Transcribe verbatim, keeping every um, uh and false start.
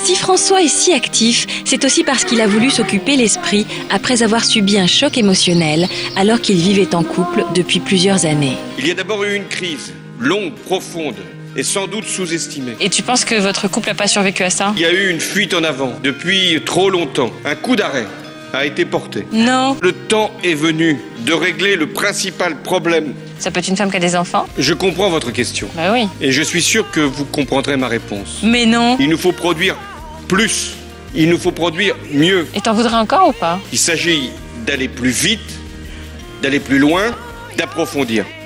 Si François est si actif, c'est aussi parce qu'il a voulu s'occuper l'esprit après avoir subi un choc émotionnel alors qu'il vivait en couple depuis plusieurs années. Il y a d'abord eu une crise, longue, profonde et sans doute sous-estimée. Et tu penses que votre couple n'a pas survécu à ça? Il y a eu une fuite en avant depuis trop longtemps. Un coup d'arrêt a été porté. Non. Le temps est venu de régler le principal problème. Ça peut être une femme qui a des enfants? Je comprends votre question. Bah oui. Et je suis sûr que vous comprendrez ma réponse. Mais non. Il nous faut produire plus. Il nous faut produire mieux. Et t'en voudrais encore ou pas? Il s'agit d'aller plus vite, d'aller plus loin, d'approfondir.